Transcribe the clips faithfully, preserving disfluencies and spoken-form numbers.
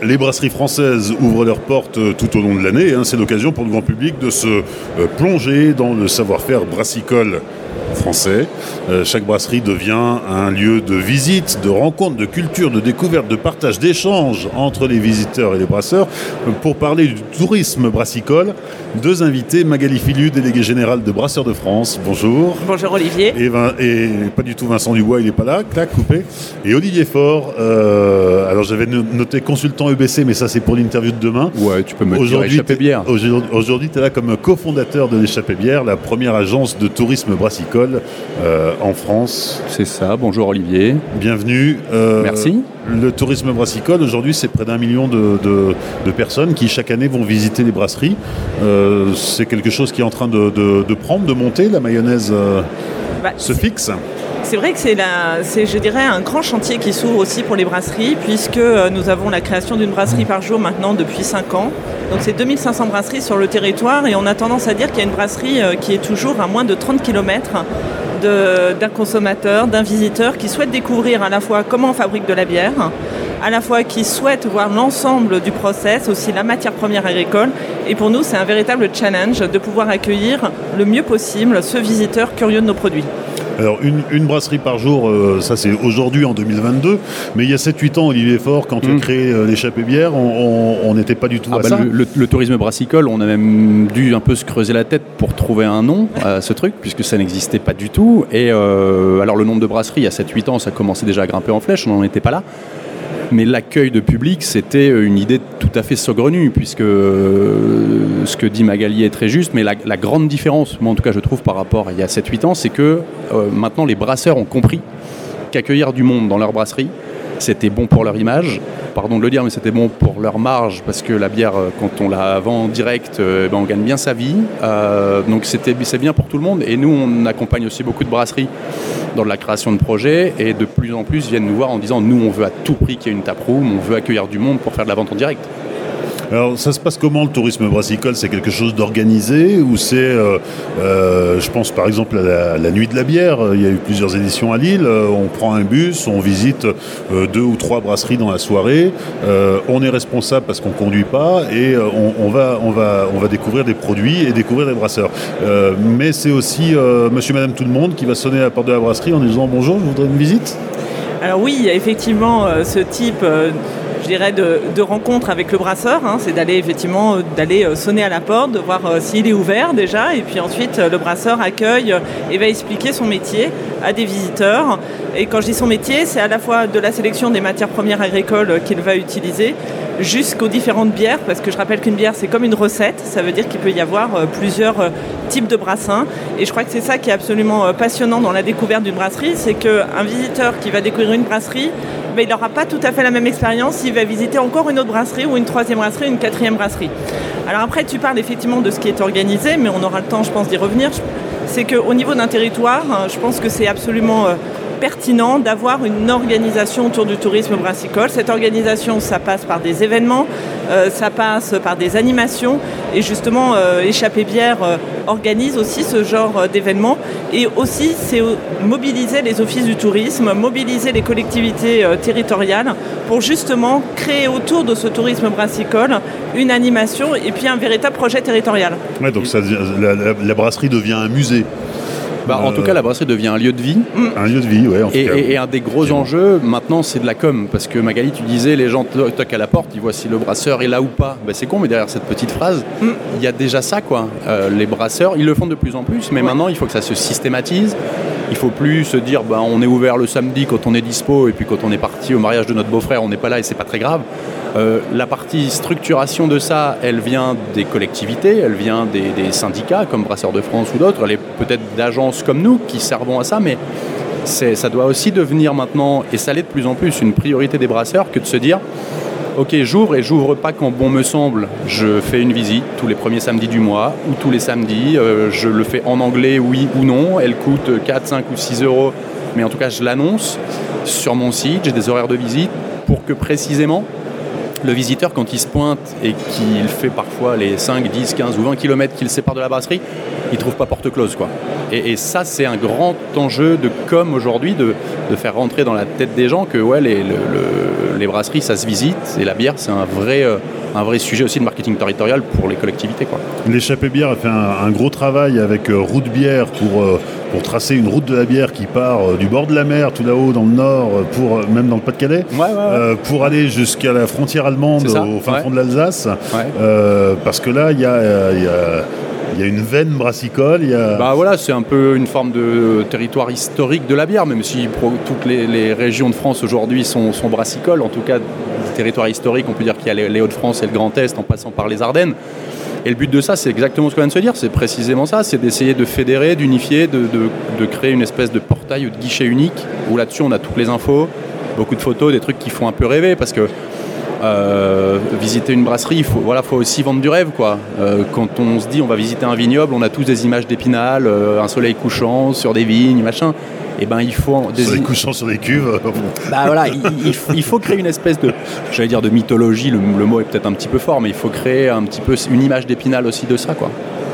Les brasseries françaises ouvrent leurs portes tout au long de l'année. Hein. C'est l'occasion pour le grand public de se euh, plonger dans le savoir-faire brassicole français. Euh, chaque brasserie devient un lieu de visite, de rencontre, de culture, de découverte, de partage, d'échange entre les visiteurs et les brasseurs. Pour parler du tourisme brassicole, deux invités, Magali Filu, déléguée générale de Brasseurs de France. Bonjour. Bonjour Olivier. Et, Vin- et pas du tout Vincent Dubois, il n'est pas là, clac, coupé. Et Olivier Faure, euh, alors j'avais no- noté consultant E B C, mais ça c'est pour l'interview de demain. Ouais, tu peux me dire Aujourd'hui, échappée t'es- bière. Aujourd'hui, aujourd'hui tu es là comme cofondateur de l'Échappée Bière, la première agence de tourisme brassicole euh, en France. C'est ça, bonjour Olivier. Bienvenue. Euh, Merci. Le tourisme brassicole, aujourd'hui, c'est près d'un million de, de- de personnes qui, chaque année, vont visiter les brasseries. Euh, c'est quelque chose qui est en train de, de- de prendre, de monter. La mayonnaise euh, Bah, se c'est- fixe. C'est vrai que c'est, la, c'est, je dirais, un grand chantier qui s'ouvre aussi pour les brasseries, puisque euh, nous avons la création d'une brasserie par jour maintenant depuis cinq ans. Donc c'est deux mille cinq cents brasseries sur le territoire, et on a tendance à dire qu'il y a une brasserie euh, qui est toujours à moins de trente kilomètres de, d'un consommateur, d'un visiteur qui souhaite découvrir à la fois comment on fabrique de la bière, à la fois qui souhaite voir l'ensemble du process, aussi la matière première agricole. Et pour nous, c'est un véritable challenge de pouvoir accueillir le mieux possible ce visiteur curieux de nos produits. Alors, une, une brasserie par jour, euh, ça c'est aujourd'hui en deux mille vingt-deux. Mais il y a sept huit ans, Olivier Faure, quand tu as Mm. créé euh, l'Échappée Bière, on- on on n'était pas du tout Ah à bah, ça. le, le- le tourisme brassicole, on a même dû un peu se creuser la tête pour trouver un nom à ce truc, puisque ça n'existait pas du tout. Et euh, alors le nombre de brasseries, il y a sept huit ans, ça commençait déjà à grimper en flèche, on n'en était pas là. Mais l'accueil de public, c'était une idée tout à fait saugrenue, puisque euh, ce que dit Magali est très juste, mais la, la grande différence, moi en tout cas je trouve par rapport à il y a sept huit ans, c'est que euh, maintenant les brasseurs ont compris qu'accueillir du monde dans leur brasserie, c'était bon pour leur image, pardon de le dire, mais c'était bon pour leur marge, parce que la bière, euh, quand on la vend en direct, euh, ben, on gagne bien sa vie. Euh, donc c'était, c'est bien pour tout le monde. Et nous, on accompagne aussi beaucoup de brasseries dans la création de projets, et de plus en plus viennent nous voir en disant, nous, on veut à tout prix qu'il y ait une taproom, on veut accueillir du monde pour faire de la vente en direct. Alors, ça se passe comment le tourisme brassicole? C'est quelque chose d'organisé ou c'est, euh, euh, je pense par exemple à la, la Nuit de la bière, il y a eu plusieurs éditions à Lille, euh, on prend un bus, on visite euh, deux ou trois brasseries dans la soirée, euh, on est responsable parce qu'on ne conduit pas et euh, on, on, va, on, va, on va découvrir des produits et découvrir des brasseurs. Euh, mais c'est aussi euh, monsieur, madame, tout le monde qui va sonner à la porte de la brasserie en disant bonjour, je voudrais une visite. Alors oui, il y a effectivement euh, ce type, euh, je dirais, de, de rencontre avec le brasseur. Hein. C'est d'aller effectivement euh, d'aller euh, sonner à la porte, de voir euh, s'il est ouvert déjà, et puis ensuite euh, le brasseur accueille euh, et va expliquer son métier à des visiteurs. Et quand je dis son métier, c'est à la fois de la sélection des matières premières agricoles euh, qu'il va utiliser, jusqu'aux différentes bières, parce que je rappelle qu'une bière c'est comme une recette, ça veut dire qu'il peut y avoir euh, plusieurs euh, types de brassins, et je crois que c'est ça qui est absolument euh, passionnant dans la découverte d'une brasserie, c'est qu'un visiteur qui va découvrir une brasserie, ben, il n'aura pas tout à fait la même expérience s'il va visiter encore une autre brasserie ou une troisième brasserie, une quatrième brasserie. Alors après tu parles effectivement de ce qui est organisé, mais on aura le temps je pense d'y revenir. C'est qu'au niveau d'un territoire, hein, je pense que c'est absolument euh, pertinent d'avoir une organisation autour du tourisme brassicole. Cette organisation, ça passe par des événements, euh, ça passe par des animations, et justement euh, Échappée Bière euh, organise aussi ce genre euh, d'événements, et aussi c'est euh, mobiliser les offices du tourisme, mobiliser les collectivités euh, territoriales pour justement créer autour de ce tourisme brassicole une animation et puis un véritable projet territorial. Ouais, donc ça, la, la, la brasserie devient un musée. Bah, en Euh, tout cas, la brasserie devient un lieu de vie. Un lieu de vie, ouais, en tout Et, cas. et- et un des gros enjeux, maintenant, c'est de la com. Parce que Magali, tu disais, les gens to- toquent à la porte, ils voient si le brasseur est là ou pas. Bah, c'est con, mais derrière cette petite phrase, il y a déjà ça, quoi. Euh, les brasseurs, ils le font de plus en plus, mais Ouais. maintenant, il faut que ça se systématise. Il faut plus se dire, bah, on est ouvert le samedi quand on est dispo, et puis quand on est parti au mariage de notre beau-frère, on n'est pas là et c'est pas très grave. Euh, la partie structuration de ça, elle vient des collectivités, elle vient des, des syndicats comme Brasseurs de France ou d'autres, elle est peut-être d'agences comme nous qui servons à ça, mais c'est, ça doit aussi devenir maintenant, et ça l'est de plus en plus, une priorité des brasseurs que de se dire ok, j'ouvre et j'ouvre pas quand bon me semble, je fais une visite tous les premiers samedis du mois ou tous les samedis, euh, je le fais en anglais, oui ou non, elle coûte quatre, cinq ou six euros, mais en tout cas je l'annonce sur mon site, j'ai des horaires de visite pour que précisément le visiteur, quand il se pointe et qu'il fait parfois les cinq, dix, quinze ou vingt kilomètres qu'il sépare de la brasserie, ils trouvent pas porte close, quoi. Et, et ça, c'est un grand enjeu de com aujourd'hui, de, de faire rentrer dans la tête des gens que ouais, les, le, le, les brasseries, ça se visite, et la bière, c'est un vrai, euh, un vrai sujet aussi de marketing territorial pour les collectivités, quoi. L'échappée bière a fait un, un gros travail avec euh, Route Bière pour, euh, pour tracer une route de la bière qui part euh, du bord de la mer, tout là-haut dans le nord, pour, euh, même dans le Pas-de-Calais, ouais, ouais, ouais. Euh, pour aller jusqu'à la frontière allemande, au fin ouais. fond de l'Alsace. Ouais. Euh, parce que là, il y a... Euh, y a Il y a une veine brassicole, il y a... Bah voilà, c'est un peu une forme de territoire historique de la bière, même si toutes les, les régions de France aujourd'hui sont, sont brassicoles. En tout cas, territoire historique, on peut dire qu'il y a les, les Hauts-de-France et le Grand Est en passant par les Ardennes. Et le but de ça, c'est exactement ce qu'on vient de se dire, c'est précisément ça, c'est d'essayer de fédérer, d'unifier, de, de, de créer une espèce de portail ou de guichet unique, où là-dessus on a toutes les infos, beaucoup de photos, des trucs qui font un peu rêver, parce que Euh, visiter une brasserie, il faut, voilà, faut aussi vendre du rêve, quoi. Euh, quand on se dit on va visiter un vignoble, on a tous des images d'Épinal, euh, un soleil couchant sur des vignes, machin. Et ben il faut des soleil couchant sur des cuves. Bah voilà, il, il, il faut créer une espèce de, j'allais dire de mythologie. Le, le mot est peut-être un petit peu fort, mais il faut créer un petit peu une image d'Épinal aussi de ça, quoi.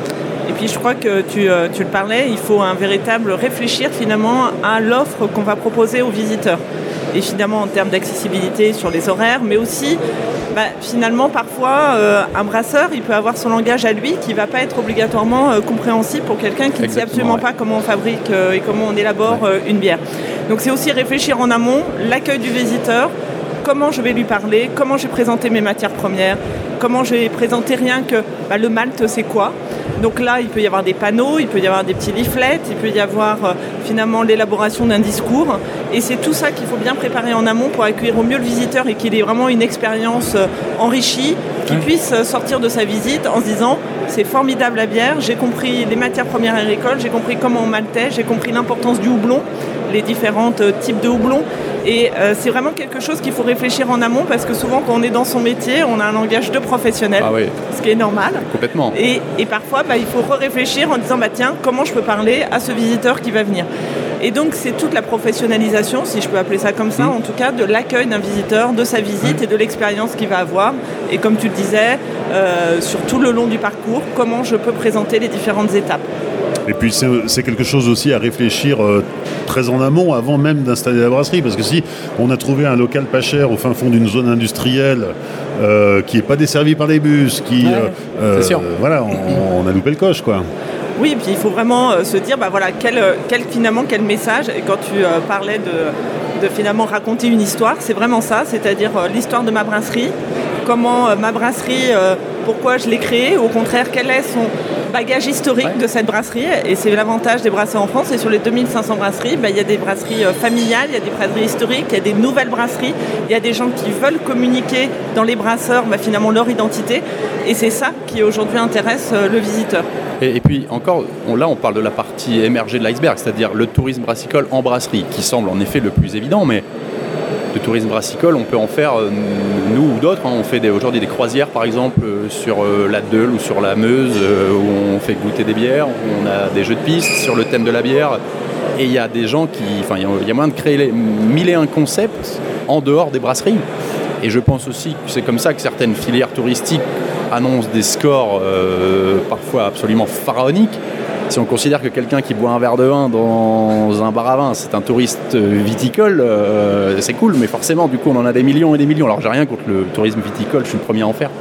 Et puis je crois que tu, euh, tu le parlais, il faut un véritable réfléchir finalement à l'offre qu'on va proposer aux visiteurs. Et finalement en termes d'accessibilité sur les horaires, mais aussi bah, finalement parfois euh, un brasseur il peut avoir son langage à lui qui ne va pas être obligatoirement euh, compréhensible pour quelqu'un qui ne sait absolument ouais. pas comment on fabrique euh, et comment on élabore ouais. euh, une bière. Donc c'est aussi réfléchir en amont, l'accueil du visiteur, comment je vais lui parler, comment je vais présenter mes matières premières, comment je vais présenter rien que bah, le malt c'est quoi. Donc là, il peut y avoir des panneaux, il peut y avoir des petits leaflets, il peut y avoir euh, finalement l'élaboration d'un discours. Et c'est tout ça qu'il faut bien préparer en amont pour accueillir au mieux le visiteur et qu'il ait vraiment une expérience euh, enrichie, qu'il puisse euh, sortir de sa visite en se disant « c'est formidable la bière, j'ai compris les matières premières agricoles, j'ai compris comment on maltait, j'ai compris l'importance du houblon, les différents euh, types de houblon. » Et euh, c'est vraiment quelque chose qu'il faut réfléchir en amont parce que souvent quand on est dans son métier, on a un langage de professionnel, ah oui. ce qui est normal. Complètement. Et, et parfois, bah, il faut réfléchir en disant bah, tiens, comment je peux parler à ce visiteur qui va venir. Et donc c'est toute la professionnalisation, si je peux appeler ça comme ça, mmh. en tout cas de l'accueil d'un visiteur, de sa visite mmh. et de l'expérience qu'il va avoir. Et comme tu le disais, euh, sur tout le long du parcours, comment je peux présenter les différentes étapes. Et puis c'est, c'est quelque chose aussi à réfléchir euh, très en amont, avant même d'installer la brasserie, parce que si on a trouvé un local pas cher au fin fond d'une zone industrielle euh, qui n'est pas desservi par les bus, qui, ouais, euh, euh, voilà, on, on a loupé le coche, quoi. Oui, et puis il faut vraiment euh, se dire, bah voilà, quel, quel finalement quel message. Et quand tu euh, parlais de, de finalement raconter une histoire, c'est vraiment ça, c'est-à-dire euh, l'histoire de ma brasserie, comment euh, ma brasserie, euh, pourquoi je l'ai créée, au contraire, quel est son bagage historique ouais. de cette brasserie. Et c'est l'avantage des brasseries en France. Et sur les deux mille cinq cents brasseries, bah, il y a des brasseries euh, familiales, il y a des brasseries historiques, il y a des nouvelles brasseries, il y a des gens qui veulent communiquer dans les brasseurs bah, finalement leur identité. Et c'est ça qui aujourd'hui intéresse euh, le visiteur. Et, et puis encore, on, là on parle de la partie émergée de l'iceberg, c'est-à-dire le tourisme brassicole en brasserie, qui semble en effet le plus évident, mais le tourisme brassicole, on peut en faire, euh, nous ou d'autres, hein, on fait des, aujourd'hui des croisières par exemple euh, sur euh, la Deule ou sur la Meuse, euh, où on fait goûter des bières, où on a des jeux de piste sur le thème de la bière, et il y a des gens qui, enfin il y a moyen de créer les, mille et un concepts en dehors des brasseries. Et je pense aussi que c'est comme ça que certaines filières touristiques annoncent des scores euh, parfois absolument pharaoniques. Si on considère que quelqu'un qui boit un verre de vin dans un bar à vin, c'est un touriste viticole, euh, c'est cool, mais forcément, du coup, on en a des millions et des millions. Alors, j'ai rien contre le tourisme viticole, je suis le premier à en faire.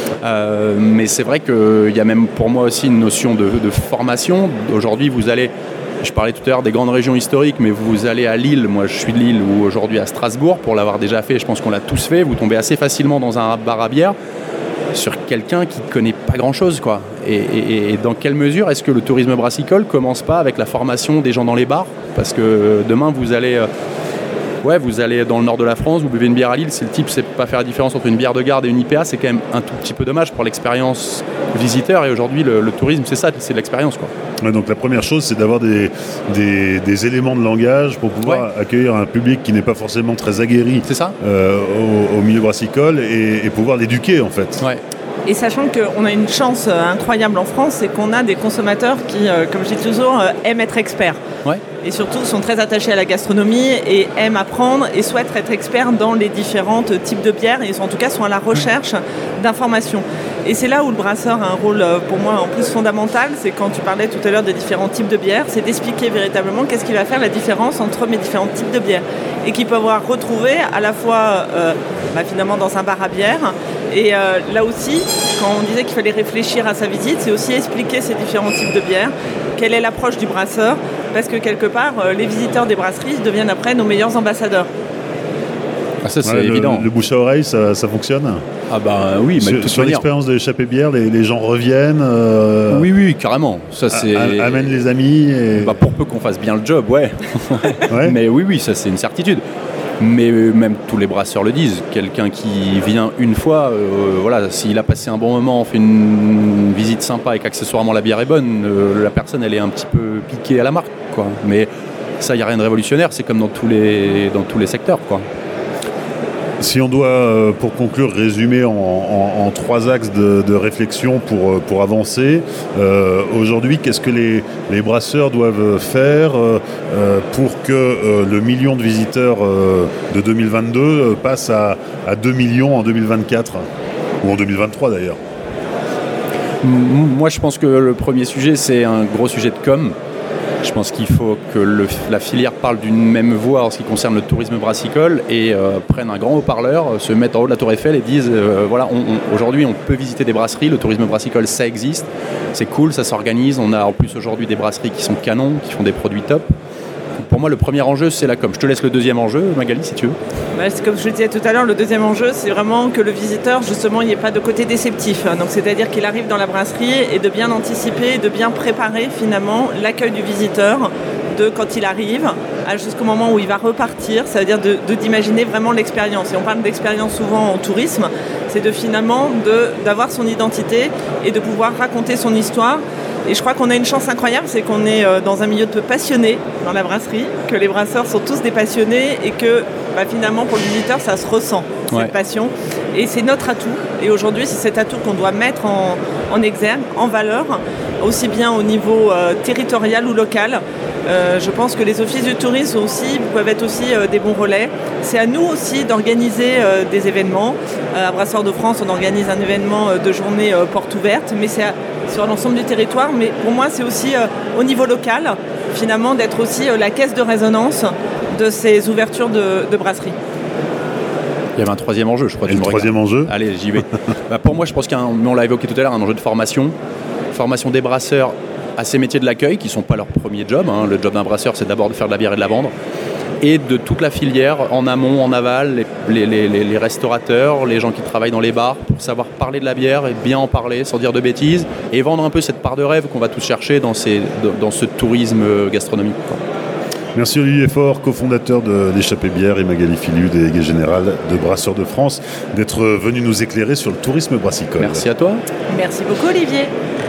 Euh, mais c'est vrai qu'il y a même pour moi aussi une notion de, de formation. Aujourd'hui, vous allez, je parlais tout à l'heure des grandes régions historiques, mais vous allez à Lille, moi je suis de Lille, ou aujourd'hui à Strasbourg, pour l'avoir déjà fait, je pense qu'on l'a tous fait, vous tombez assez facilement dans un bar à bière sur quelqu'un qui ne connaît pas grand-chose, quoi. Et, et, et dans quelle mesure est-ce que le tourisme brassicole commence pas avec la formation des gens dans les bars ? Parce que demain, vous allez, euh, ouais, vous allez dans le nord de la France, vous buvez une bière à Lille, si le type ne sait pas faire la différence entre une bière de garde et une I P A, c'est quand même un tout petit peu dommage pour l'expérience visiteur. Et aujourd'hui, le, le tourisme, c'est ça, c'est de l'expérience, quoi. Ouais, donc la première chose, c'est d'avoir des, des, des éléments de langage pour pouvoir ouais. accueillir un public qui n'est pas forcément très aguerri c'est ça euh, au, au milieu brassicole et, et pouvoir l'éduquer, en fait. Ouais. Et sachant qu'on a une chance incroyable en France, c'est qu'on a des consommateurs qui, euh, comme je dis toujours, euh, aiment être experts. Ouais. et surtout sont très attachés à la gastronomie et aiment apprendre et souhaitent être experts dans les différents types de bières et en tout cas sont à la recherche d'informations. Et c'est là où le brasseur a un rôle pour moi en plus fondamental, c'est quand tu parlais tout à l'heure de différents types de bières, c'est d'expliquer véritablement qu'est-ce qui va faire la différence entre mes différents types de bières et qu'ils peuvent avoir retrouvé à la fois euh, bah, finalement dans un bar à bière et euh, là aussi quand on disait qu'il fallait réfléchir à sa visite, c'est aussi expliquer ces différents types de bières, quelle est l'approche du brasseur, parce que quelque part euh, les visiteurs des brasseries deviennent après nos meilleurs ambassadeurs. Ah, ça c'est ouais, évident. Le, le bouche à oreille, ça, ça fonctionne. Ah bah oui, mais sur, de toute sur manière. l'expérience de l'échappée bière, les, les gens reviennent. Euh, Oui, oui, carrément. Ça c'est. a, amène les amis. Et... Bah, pour peu qu'on fasse bien le job, ouais. ouais. Mais oui, oui, ça c'est une certitude. Mais euh, même tous les brasseurs le disent. Quelqu'un qui vient une fois, euh, voilà, s'il a passé un bon moment, fait une visite sympa et qu'accessoirement la bière est bonne, euh, la personne elle est un petit peu piquée à la marque, quoi. Mais ça, il n'y a rien de révolutionnaire. C'est comme dans tous les dans tous les secteurs, quoi. Si on doit, pour conclure, résumer en, en, en trois axes de, de réflexion pour, pour avancer, euh, aujourd'hui, qu'est-ce que les, les brasseurs doivent faire euh, pour que euh, le million de visiteurs euh, de deux mille vingt-deux euh, passe à, à deux millions en deux mille vingt-quatre ou en deux mille vingt-trois d'ailleurs? Moi, je pense que le premier sujet, c'est un gros sujet de com'. Je pense qu'il faut que le, la filière parle d'une même voix en ce qui concerne le tourisme brassicole et euh, prenne un grand haut-parleur, se mettent en haut de la tour Eiffel et disent euh, voilà, on, on, aujourd'hui on peut visiter des brasseries, le tourisme brassicole ça existe, c'est cool, ça s'organise, on a en plus aujourd'hui des brasseries qui sont canons, qui font des produits top. Pour moi, le premier enjeu, c'est la com. Je te laisse le deuxième enjeu, Magali, si tu veux. Bah, c'est comme je le disais tout à l'heure, le deuxième enjeu, c'est vraiment que le visiteur, justement, il n'y ait pas de côté déceptif. Donc, c'est-à-dire qu'il arrive dans la brasserie et de bien anticiper, de bien préparer, finalement, l'accueil du visiteur de quand il arrive jusqu'au moment où il va repartir. Ça veut dire de, de, d'imaginer vraiment l'expérience. Et on parle d'expérience souvent en tourisme. C'est de, finalement, de, d'avoir son identité et de pouvoir raconter son histoire. Et je crois qu'on a une chance incroyable, c'est qu'on est dans un milieu de passionnés dans la brasserie, que les brasseurs sont tous des passionnés et que bah, finalement pour le visiteur ça se ressent, cette ouais. passion. Et c'est notre atout. Et aujourd'hui c'est cet atout qu'on doit mettre en, en exergue, en valeur, aussi bien au niveau euh, territorial ou local. Euh, je pense que les offices du tourisme aussi peuvent être aussi euh, des bons relais. C'est à nous aussi d'organiser euh, des événements. Euh, à Brasseurs de France, on organise un événement euh, de journée euh, porte ouverte, mais c'est à, sur l'ensemble du territoire. Mais pour moi, c'est aussi euh, au niveau local, finalement, d'être aussi euh, la caisse de résonance de ces ouvertures de, de brasserie. Il y avait un troisième enjeu, je crois. Et le troisième enjeu ? Allez, j'y vais. bah, pour moi, je pense qu'il y a un, on l'a évoqué tout à l'heure, un enjeu de formation. Formation des brasseurs à ces métiers de l'accueil qui ne sont pas leur premier job. Hein. Le job d'un brasseur, c'est d'abord de faire de la bière et de la vendre. Et de toute la filière, en amont, en aval, les, les, les, les restaurateurs, les gens qui travaillent dans les bars, pour savoir parler de la bière et bien en parler sans dire de bêtises, et vendre un peu cette part de rêve qu'on va tous chercher dans, ces, dans ce tourisme gastronomique, quoi. Merci Olivier Faure, cofondateur de l'Échappée Bière, et Magali Filiu, déléguée générale de Brasseurs de France, d'être venu nous éclairer sur le tourisme brassicole. Merci à toi. Merci beaucoup Olivier.